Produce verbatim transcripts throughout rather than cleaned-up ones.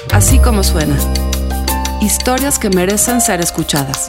Así como suena. Historias que merecen ser escuchadas.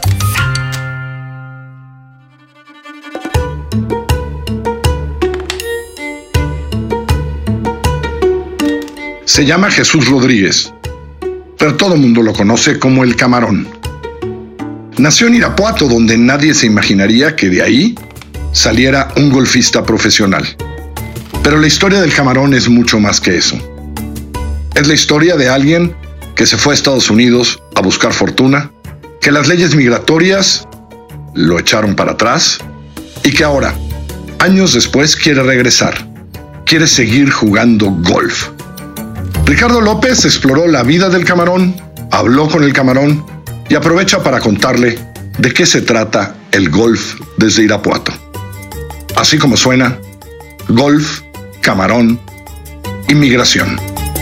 Se llama Jesús Rodríguez, pero todo el mundo lo conoce como el Camarón. Nació en Irapuato, donde nadie se imaginaría que de ahí saliera un golfista profesional. Pero la historia del Camarón es mucho más que eso. Es la historia de alguien que se fue a Estados Unidos a buscar fortuna, que las leyes migratorias lo echaron para atrás y que ahora, años después, quiere regresar. Quiere seguir jugando golf. Ricardo López exploró la vida del Camarón, habló con el Camarón y aprovecha para contarle de qué se trata el golf desde Irapuato. Así como suena, golf, Camarón, inmigración.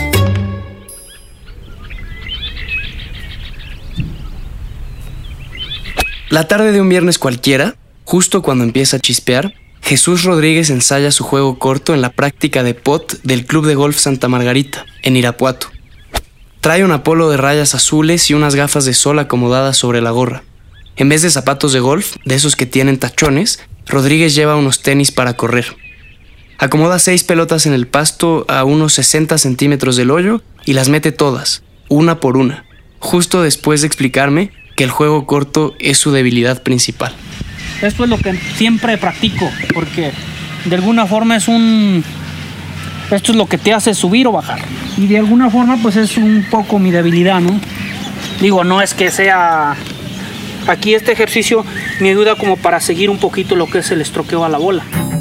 La tarde de un viernes cualquiera, justo cuando empieza a chispear, Jesús Rodríguez ensaya su juego corto en la práctica de pot del Club de Golf Santa Margarita, en Irapuato. Trae una polo de rayas azules y unas gafas de sol acomodadas sobre la gorra. En vez de zapatos de golf, de esos que tienen tachones, Rodríguez lleva unos tenis para correr. Acomoda seis pelotas en el pasto a unos sesenta centímetros del hoyo y las mete todas, una por una, justo después de explicarme que el juego corto es su debilidad principal. Esto es lo que siempre practico, porque de alguna forma es un... Esto es lo que te hace subir o bajar. Y de alguna forma pues es un poco mi debilidad, ¿no? Digo, no es que sea... Aquí este ejercicio me ayuda como para seguir un poquito lo que es el estroqueo a la bola.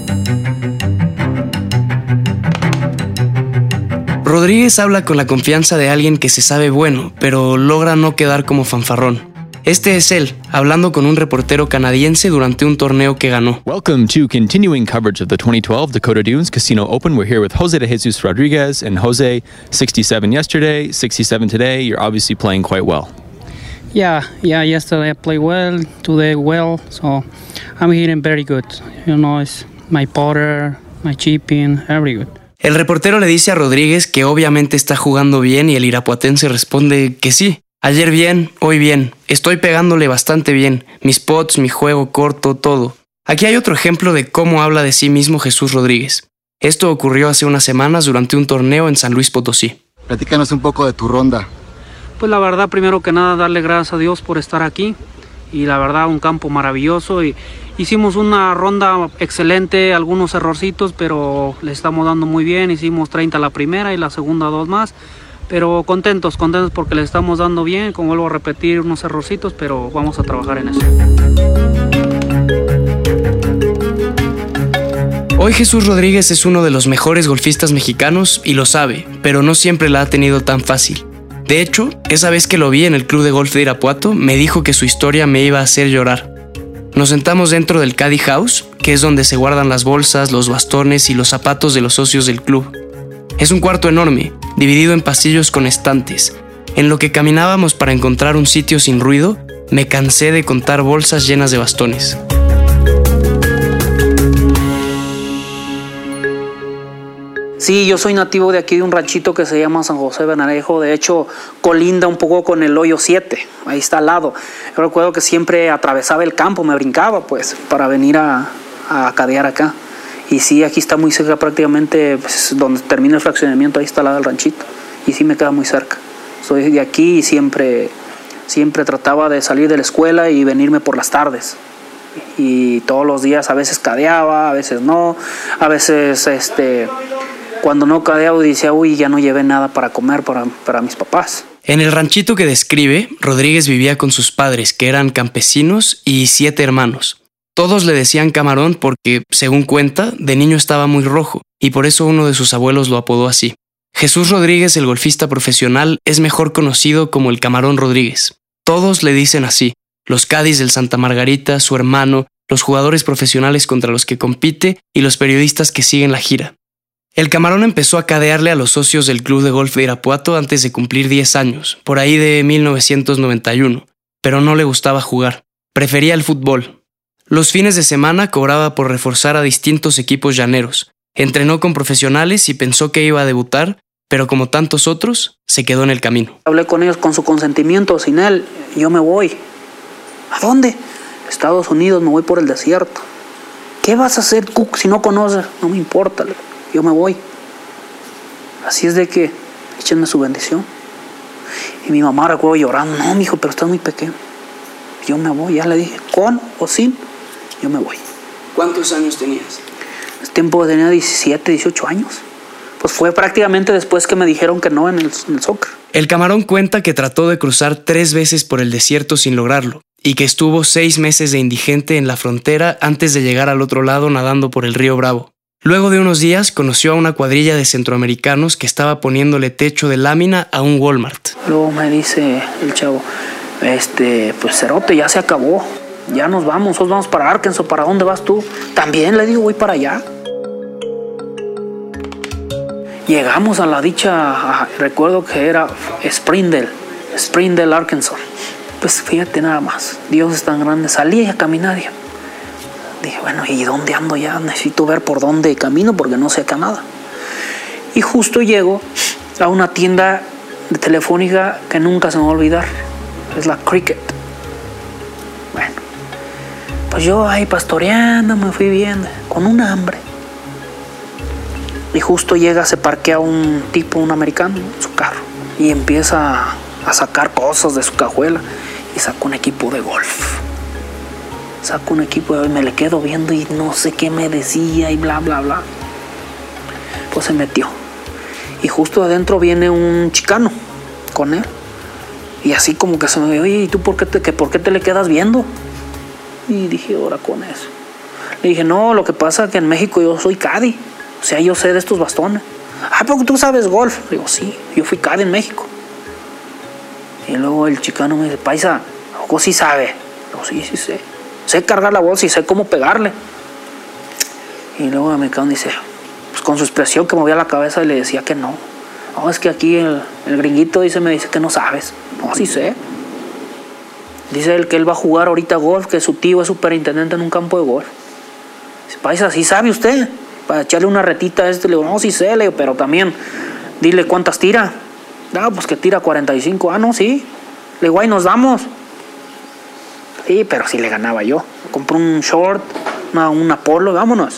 Rodríguez habla con la confianza de alguien que se sabe bueno, pero logra no quedar como fanfarrón. Este es él, hablando con un reportero canadiense durante un torneo que ganó. Welcome to continuing coverage of the twenty twelve Dakota Dunes Casino Open. We're here with Jose de Jesus Rodriguez. And Jose, sixty-seven yesterday, sixty-seven today. You're obviously playing quite well. Yeah, yeah, yesterday I played well, today well, so I'm hitting very good. You know, it's my putter, my chipping, very good. El reportero le dice a Rodríguez que obviamente está jugando bien y el irapuatense responde que sí. Ayer bien, hoy bien, estoy pegándole bastante bien, mis pots, mi juego corto, todo. Aquí hay otro ejemplo de cómo habla de sí mismo Jesús Rodríguez. Esto ocurrió hace unas semanas durante un torneo en San Luis Potosí. Platícanos un poco de tu ronda. Pues la verdad, primero que nada, darle gracias a Dios por estar aquí. Y la verdad, un campo maravilloso. Y hicimos una ronda excelente, algunos errorcitos, pero le estamos dando muy bien. Hicimos treinta la primera y la segunda dos más. Pero contentos, contentos porque le estamos dando bien. Como vuelvo a repetir, unos errorcitos, pero vamos a trabajar en eso. Hoy Jesús Rodríguez es uno de los mejores golfistas mexicanos y lo sabe, pero no siempre la ha tenido tan fácil. De hecho, esa vez que lo vi en el Club de Golf de Irapuato, me dijo que su historia me iba a hacer llorar. Nos sentamos dentro del Caddy House, que es donde se guardan las bolsas, los bastones y los zapatos de los socios del club. Es un cuarto enorme, dividido en pasillos con estantes. En lo que caminábamos para encontrar un sitio sin ruido, me cansé de contar bolsas llenas de bastones. Sí, yo soy nativo de aquí, de un ranchito que se llama San José Benarejo. De hecho, colinda un poco con el hoyo siete. Ahí está al lado. Yo recuerdo que siempre atravesaba el campo, me brincaba pues para venir a, a cadear acá. Y sí, aquí está muy cerca prácticamente, pues, donde termina el fraccionamiento, ahí está al lado del ranchito. Y sí me queda muy cerca. Soy de aquí y siempre, siempre trataba de salir de la escuela y venirme por las tardes. Y todos los días a veces cadeaba, a veces no. A veces, este, cuando no cadeaba decía, uy, ya no llevé nada para comer para, para mis papás. En el ranchito que describe, Rodríguez vivía con sus padres, que eran campesinos, y siete hermanos. Todos le decían Camarón porque, según cuenta, de niño estaba muy rojo, y por eso uno de sus abuelos lo apodó así. Jesús Rodríguez, el golfista profesional, es mejor conocido como el Camarón Rodríguez. Todos le dicen así. Los caddies del Santa Margarita, su hermano, los jugadores profesionales contra los que compite y los periodistas que siguen la gira. El Camarón empezó a cadearle a los socios del Club de Golf de Irapuato antes de cumplir diez años, por ahí de mil novecientos noventa y uno, pero no le gustaba jugar. Prefería el fútbol. Los fines de semana cobraba por reforzar a distintos equipos llaneros. Entrenó con profesionales y pensó que iba a debutar, pero como tantos otros, se quedó en el camino. Hablé con ellos con su consentimiento, sin él, yo me voy. ¿A dónde? Estados Unidos, me voy por el desierto. ¿Qué vas a hacer, Cook, si no conoces? No me importa, yo me voy. Así es de que échenme su bendición. Y mi mamá, recuerdo llorando, no, mijo, pero estás muy pequeño. Yo me voy, ya le dije, con o sin, yo me voy. ¿Cuántos años tenías? En ese tiempo tenía diecisiete, dieciocho años. Pues fue prácticamente después que me dijeron que no en el, en el soccer. El camarón cuenta que trató de cruzar tres veces por el desierto sin lograrlo y que estuvo seis meses de indigente en la frontera antes de llegar al otro lado nadando por el río Bravo. Luego de unos días conoció a una cuadrilla de centroamericanos que estaba poniéndole techo de lámina a un Walmart. Luego me dice el chavo, este, pues cerote, ya se acabó, ya nos vamos, nosotros vamos para Arkansas, ¿para dónde vas tú? También le digo, voy para allá. Llegamos a la dicha, recuerdo que era Springdale, Springdale, Arkansas. Pues fíjate nada más, Dios es tan grande, salí a caminar y dije, bueno, ¿y dónde ando ya? Necesito ver por dónde camino porque no sé acá nada. Y justo llego a una tienda de telefónica que nunca se me va a olvidar, es la Cricket. Bueno, pues yo ahí pastoreando me fui viendo, con un hambre. Y justo llega, se parquea un tipo, un americano, en su carro. Y empieza a sacar cosas de su cajuela. Y saca un equipo de golf. Saca un equipo de... Me le quedo viendo y no sé qué me decía y bla, bla, bla. Pues se metió. Y justo adentro viene un chicano con él. Y así como que se me ve, oye, ¿y tú por qué te, que, por qué te le quedas viendo? Y dije, ahora con eso. Le dije, no, lo que pasa es que en México yo soy caddy. O sea, yo sé de estos bastones. Ah, pero tú sabes golf. Le digo, sí, yo fui caddy en México. Y luego el chicano me dice, paisa, ¿o sí sabe? Le digo, sí, sí sé. Sé cargar la bolsa y sé cómo pegarle. Y luego el americano dice, pues con su expresión que movía la cabeza y le decía que no. No, es que aquí el, el gringuito dice, me dice que no sabes. No, sí sé. Dice él que él va a jugar ahorita golf, que su tío es superintendente en un campo de golf. Dice, paisa, ¿sí sabe usted? Para echarle una retita a este, le digo, no, sí sé, le digo, pero también dile cuántas tira. No, pues que tira cuarenta y cinco. Ah, no, sí. Le digo, ahí nos damos. Sí, pero sí le ganaba yo. Compré un short, una, una polo, vámonos.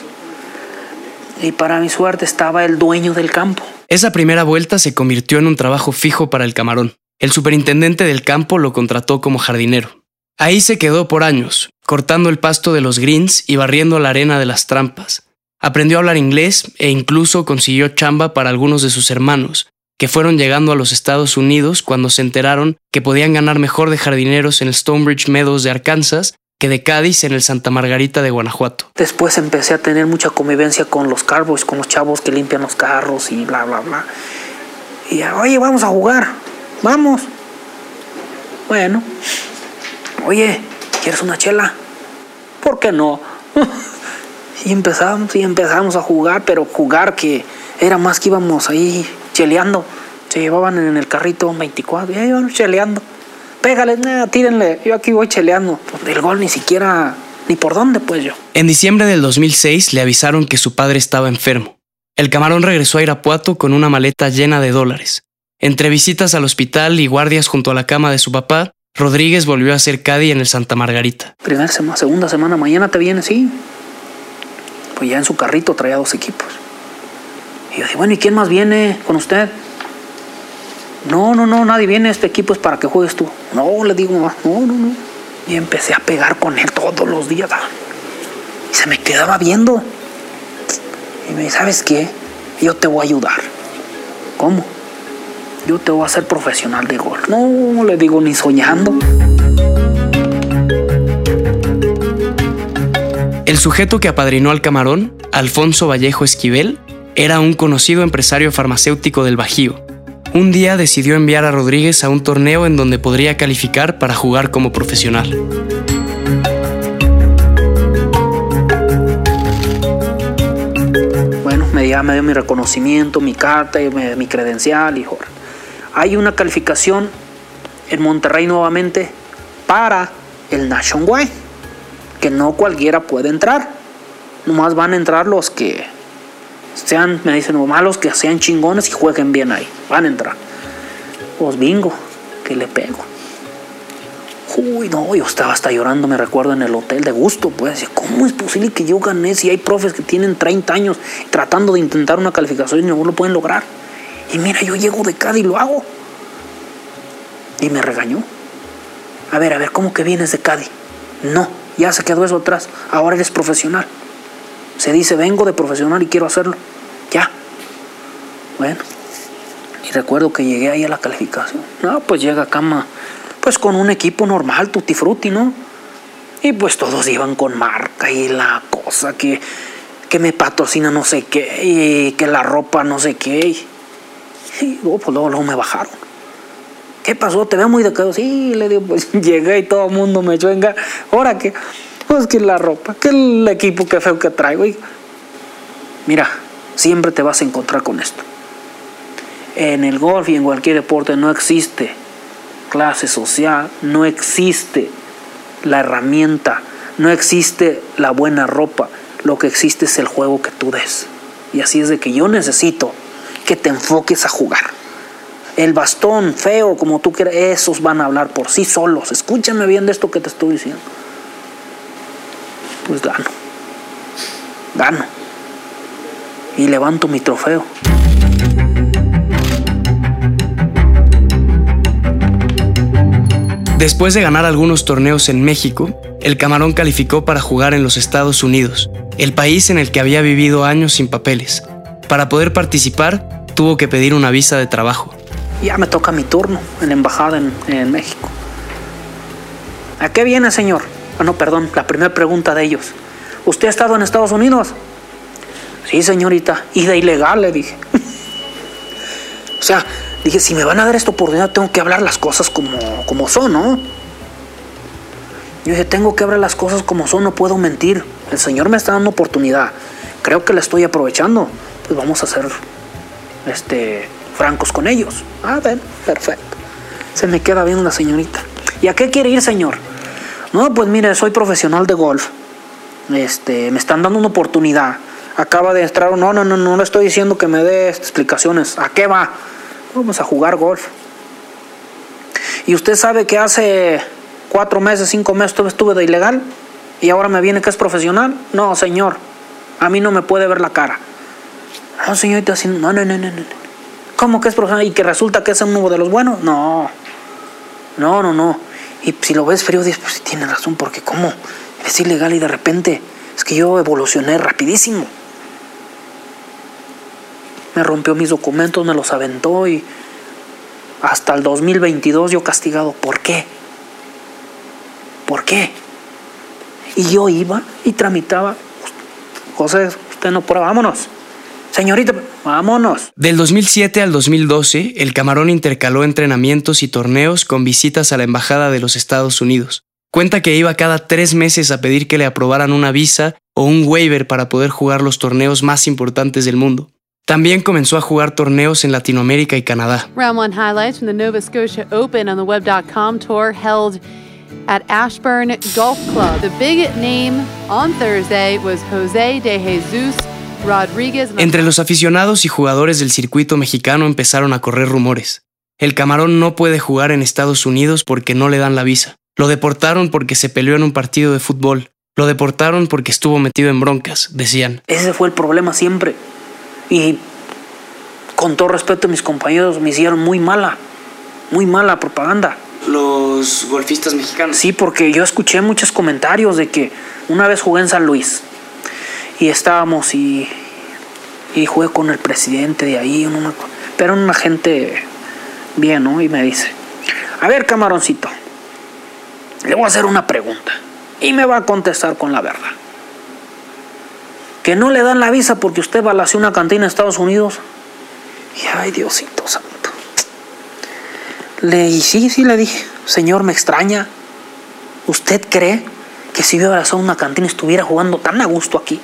Y para mi suerte estaba el dueño del campo. Esa primera vuelta se convirtió en un trabajo fijo para el camarón. El superintendente del campo lo contrató como jardinero. Ahí se quedó por años, cortando el pasto de los greens y barriendo la arena de las trampas. Aprendió a hablar inglés e incluso consiguió chamba para algunos de sus hermanos, que fueron llegando a los Estados Unidos cuando se enteraron que podían ganar mejor de jardineros en el Stonebridge Meadows de Arkansas que de Cádiz en el Santa Margarita de Guanajuato. Después empecé a tener mucha convivencia con los carboys, con los chavos que limpian los carros y bla, bla, bla. Y oye, vamos a jugar, vamos. Bueno, oye, ¿quieres una chela? ¿Por qué no? Y empezamos, y empezamos a jugar, pero jugar que era más que íbamos ahí cheleando. Se llevaban en el carrito veinticuatro, y ahí iban cheleando. Pégale, nada, tírenle, yo aquí voy cheleando. El gol ni siquiera, ni por dónde pues yo. En diciembre del dos mil seis le avisaron que su padre estaba enfermo. El camarón regresó a Irapuato con una maleta llena de dólares. Entre visitas al hospital y guardias junto a la cama de su papá, Rodríguez volvió a ser caddy en el Santa Margarita. Primera semana, segunda semana, mañana te viene, sí. Pues ya en su carrito traía dos equipos. Y yo dije, bueno, ¿y quién más viene con usted? No, no, no, nadie viene, este equipo es para que juegues tú. No, le digo, no, no, no. Y empecé a pegar con él todos los días. Y se me quedaba viendo. Y me dice, ¿sabes qué? Yo te voy a ayudar. ¿Cómo? Yo te voy a hacer profesional de golf. No, le digo, ni soñando. El sujeto que apadrinó al camarón, Alfonso Vallejo Esquivel, era un conocido empresario farmacéutico del Bajío. Un día decidió enviar a Rodríguez a un torneo en donde podría calificar para jugar como profesional. Bueno, me dio, me dio mi reconocimiento, mi carta, mi, mi credencial y joder. Hay una calificación en Monterrey nuevamente para el Nationwide, que no cualquiera puede entrar. Nomás van a entrar los que sean, me dicen, malos, que sean chingones y jueguen bien ahí, van a entrar. Pues bingo, que le pego. Uy, no, yo estaba hasta llorando, me recuerdo, en el hotel de gusto, pues. Decía, ¿cómo es posible que yo gané si hay profes que tienen treinta años tratando de intentar una calificación y no lo pueden lograr? Y mira, yo llego de Cádiz y lo hago. Y me regañó. A ver, a ver, ¿cómo que vienes de Cádiz? No, ya se quedó eso atrás, ahora eres profesional. Se dice, vengo de profesional y quiero hacerlo. Ya. Bueno. Y recuerdo que llegué ahí a la calificación. No, pues llega acá, pues con un equipo normal, tutti frutti, ¿no? Y pues todos iban con marca y la cosa que, que me patrocina no sé qué, y que la ropa no sé qué. Y oh, pues luego, luego me bajaron. ¿Qué pasó? ¿Te veo muy decaído? Sí, le digo, pues llegué y todo el mundo me echó en ga. ¿Ahora qué? Pues que la ropa, que el equipo, que feo que traigo. Y mira, siempre te vas a encontrar con esto. En el golf y en cualquier deporte no existe clase social, no existe la herramienta, no existe la buena ropa. Lo que existe es el juego que tú des. Y así es de que yo necesito que te enfoques a jugar. El bastón, feo, como tú quieras, esos van a hablar por sí solos. Escúchame bien de esto que te estoy diciendo. Pues gano. Gano. Y levanto mi trofeo. Después de ganar algunos torneos en México, el Camarón calificó para jugar en los Estados Unidos, el país en el que había vivido años sin papeles. Para poder participar, tuvo que pedir una visa de trabajo. Ya me toca mi turno en la embajada en, en México. ¿A qué viene, señor? Ah, no, perdón, la primera pregunta de ellos. ¿Usted ha estado en Estados Unidos? Sí, señorita. Ida ilegal, le dije. O sea, dije, si me van a dar esta oportunidad, tengo que hablar las cosas como, como son, ¿no? Yo dije, tengo que hablar las cosas como son, no puedo mentir. El Señor me está dando oportunidad. Creo que la estoy aprovechando. Pues vamos a ser este, francos con ellos. Ah, ven, perfecto. Se me queda bien la señorita. ¿Y a qué quiere ir, señor? No, pues mire, soy profesional de golf. Este, me están dando una oportunidad. Acaba de entrar. No, no, no, no le estoy diciendo que me dé explicaciones. ¿A qué va? Vamos a jugar golf. ¿Y usted sabe que hace cuatro meses, cinco meses estuve de ilegal? ¿Y ahora me viene que es profesional? No, señor. A mí no me puede ver la cara. No, señorita, así, no, no, no, no, no. ¿Cómo que es profesional? ¿Y que resulta que es uno de los buenos? No. No, no, no. Y si lo ves frío, dices, pues sí tiene razón, porque ¿cómo? Es ilegal y de repente es que yo evolucioné rapidísimo. Me rompió mis documentos, me los aventó y hasta el dos mil veintidós yo castigado. ¿Por qué? ¿Por qué? Y yo iba y tramitaba. José, usted no prueba, vámonos. Señorita, vámonos. Del dos mil siete al dos mil doce, el Camarón intercaló entrenamientos y torneos con visitas a la Embajada de los Estados Unidos. Cuenta que iba cada tres meses a pedir que le aprobaran una visa o un waiver para poder jugar los torneos más importantes del mundo. También comenzó a jugar torneos en Latinoamérica y Canadá. Round one highlights from the Nova Scotia Open on the web dot com tour held at Ashburn Golf Club. The big name on Thursday was José de Jesús Rodríguez. Entre los aficionados y jugadores del circuito mexicano empezaron a correr rumores. El Camarón no puede jugar en Estados Unidos porque no le dan la visa. Lo deportaron porque se peleó en un partido de fútbol. Lo deportaron porque estuvo metido en broncas, decían. Ese fue el problema siempre. Y con todo respeto a mis compañeros, me hicieron muy mala, muy mala propaganda. Los golfistas mexicanos. Sí, porque yo escuché muchos comentarios de que una vez jugué en San Luis y estábamos y, y jugué con el presidente de ahí, una, pero una gente bien, ¿no? Y me dice, a ver, camaroncito, le voy a hacer una pregunta y me va a contestar con la verdad. Que no le dan la visa porque usted balaceó una cantina en Estados Unidos. Y ay, Diosito santo. Le, y sí, sí le dije, señor, me extraña. ¿Usted cree que si hubiera balaceado una cantina estuviera jugando tan a gusto aquí?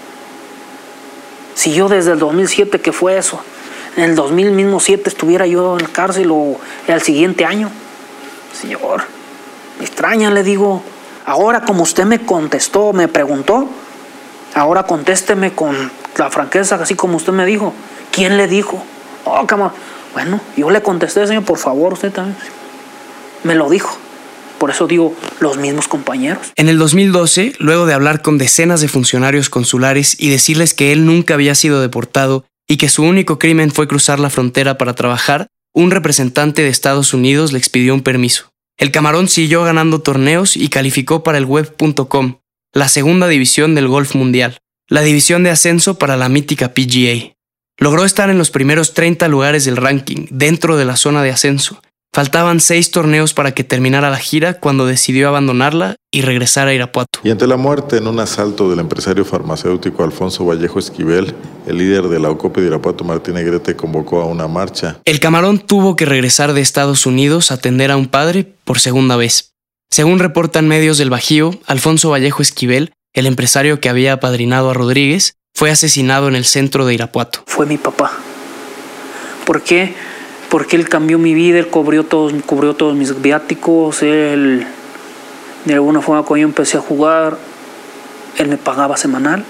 Si yo desde el dos mil siete, que fue eso, en el dos mil siete estuviera yo en la cárcel o el siguiente año. Señor, me extraña, le digo. Ahora como usted me contestó, me preguntó, ahora contésteme con, la franqueza, así como usted me dijo. ¿Quién le dijo? Oh, camarón. Bueno, yo le contesté, señor, por favor, usted también. Me lo dijo. Por eso digo, los mismos compañeros. En el dos mil doce, luego de hablar con decenas de funcionarios consulares y decirles que él nunca había sido deportado y que su único crimen fue cruzar la frontera para trabajar, un representante de Estados Unidos le expidió un permiso. El camarón siguió ganando torneos y calificó para el web punto com, la segunda división del golf mundial, la división de ascenso para la mítica P G A. Logró estar en los primeros treinta lugares del ranking, dentro de la zona de ascenso. Faltaban seis torneos para que terminara la gira cuando decidió abandonarla y regresar a Irapuato. Y ante la muerte en un asalto del empresario farmacéutico Alfonso Vallejo Esquivel, el líder de la OCOPE de Irapuato, Martín Negrete, convocó a una marcha. El camarón tuvo que regresar de Estados Unidos a atender a un padre por segunda vez. Según reportan medios del Bajío, Alfonso Vallejo Esquivel, el empresario que había apadrinado a Rodríguez, fue asesinado en el centro de Irapuato. Fue mi papá. ¿Por qué? Porque él cambió mi vida, él cubrió todos, cubrió todos mis viáticos, él, de alguna forma cuando yo empecé a jugar, él me pagaba semanal,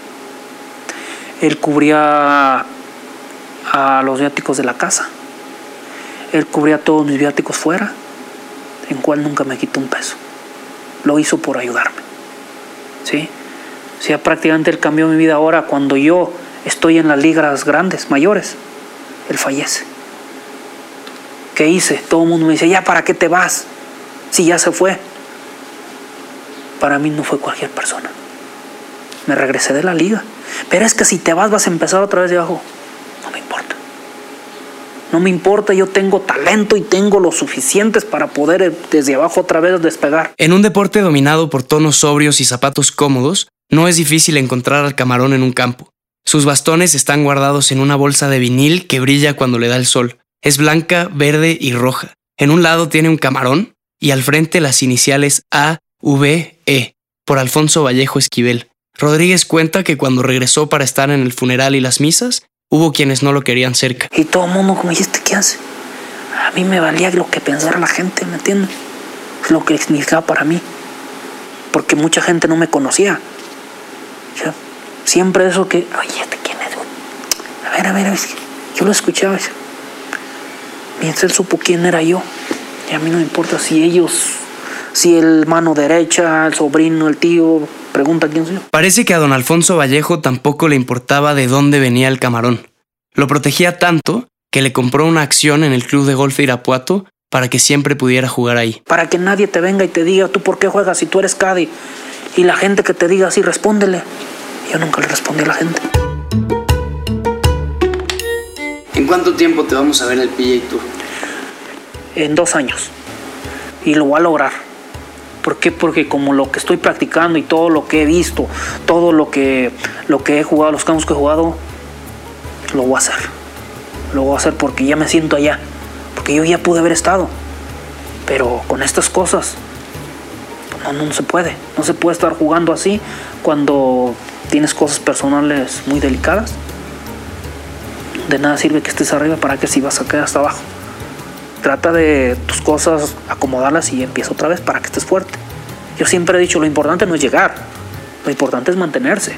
él cubría a los viáticos de la casa, él cubría todos mis viáticos fuera, en cual nunca me quitó un peso. Lo hizo por ayudarme, ¿sí? O sea, prácticamente él cambió mi vida. Ahora, cuando yo estoy en las ligas grandes, mayores, él fallece. ¿Qué hice? Todo el mundo me dice, ya, ¿para qué te vas? Si ya se fue. Para mí no fue cualquier persona. Me regresé de la liga. Pero es que si te vas, vas a empezar otra vez de abajo. No me importa. No me importa, yo tengo talento y tengo lo suficientes para poder desde abajo otra vez despegar. En un deporte dominado por tonos sobrios y zapatos cómodos, no es difícil encontrar al camarón en un campo. Sus bastones están guardados en una bolsa de vinil que brilla cuando le da el sol. Es blanca, verde y roja. En un lado tiene un camarón y al frente las iniciales A V E, por Alfonso Vallejo Esquivel. Rodríguez cuenta que cuando regresó para estar en el funeral y las misas, hubo quienes no lo querían cerca. Y todo el mundo como, ¿y este qué hace? A mí me valía lo que pensara la gente, ¿me entiendes? Lo que significaba para mí. Porque mucha gente no me conocía. O sea, siempre eso que, oye, ¿este quién es? A ver, a ver, a ver. Yo lo escuchaba. Mientras él supo quién era yo. Y a mí no me importa si ellos, si el mano derecha, el sobrino, el tío, pregunta quién soy yo. Parece que a don Alfonso Vallejo tampoco le importaba de dónde venía el camarón. Lo protegía tanto que le compró una acción en el Club de Golf de Irapuato para que siempre pudiera jugar ahí. Para que nadie te venga y te diga, ¿tú por qué juegas si tú eres caddy? Y la gente que te diga así, respóndele. Yo nunca le respondí a la gente. ¿En cuánto tiempo te vamos a ver en el P G A Tour? En dos años. Y lo voy a lograr. ¿Por qué? Porque como lo que estoy practicando y todo lo que he visto, todo lo que, lo que he jugado, los campos que he jugado, lo voy a hacer. Lo voy a hacer porque ya me siento allá. Porque yo ya pude haber estado. Pero con estas cosas, no, no se puede. No se puede estar jugando así cuando tienes cosas personales muy delicadas. De nada sirve que estés arriba, para que si vas a quedar hasta abajo. Trata de tus cosas acomodarlas y empieza otra vez para que estés fuerte. Yo siempre he dicho, lo importante no es llegar, lo importante es mantenerse.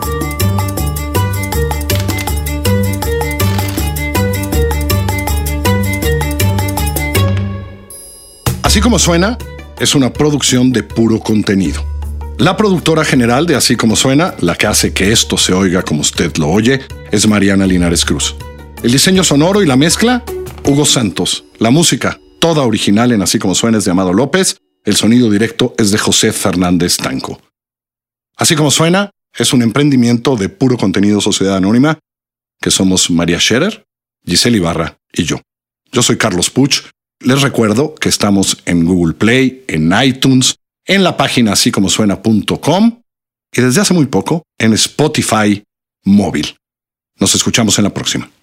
Así como suena, es una producción de Puro Contenido. La productora general de Así como suena, la que hace que esto se oiga como usted lo oye, es Mariana Linares Cruz. El diseño sonoro y la mezcla, Hugo Santos. La música, toda original en Así como suena, es de Amado López. El sonido directo es de José Fernández Tanco. Así como suena, es un emprendimiento de Puro Contenido Sociedad Anónima, que somos María Scherer, Giselle Ibarra y yo. Yo soy Carlos Puch. Les recuerdo que estamos en Google Play, en iTunes, en la página así como suena punto com y desde hace muy poco en Spotify móvil. Nos escuchamos en la próxima.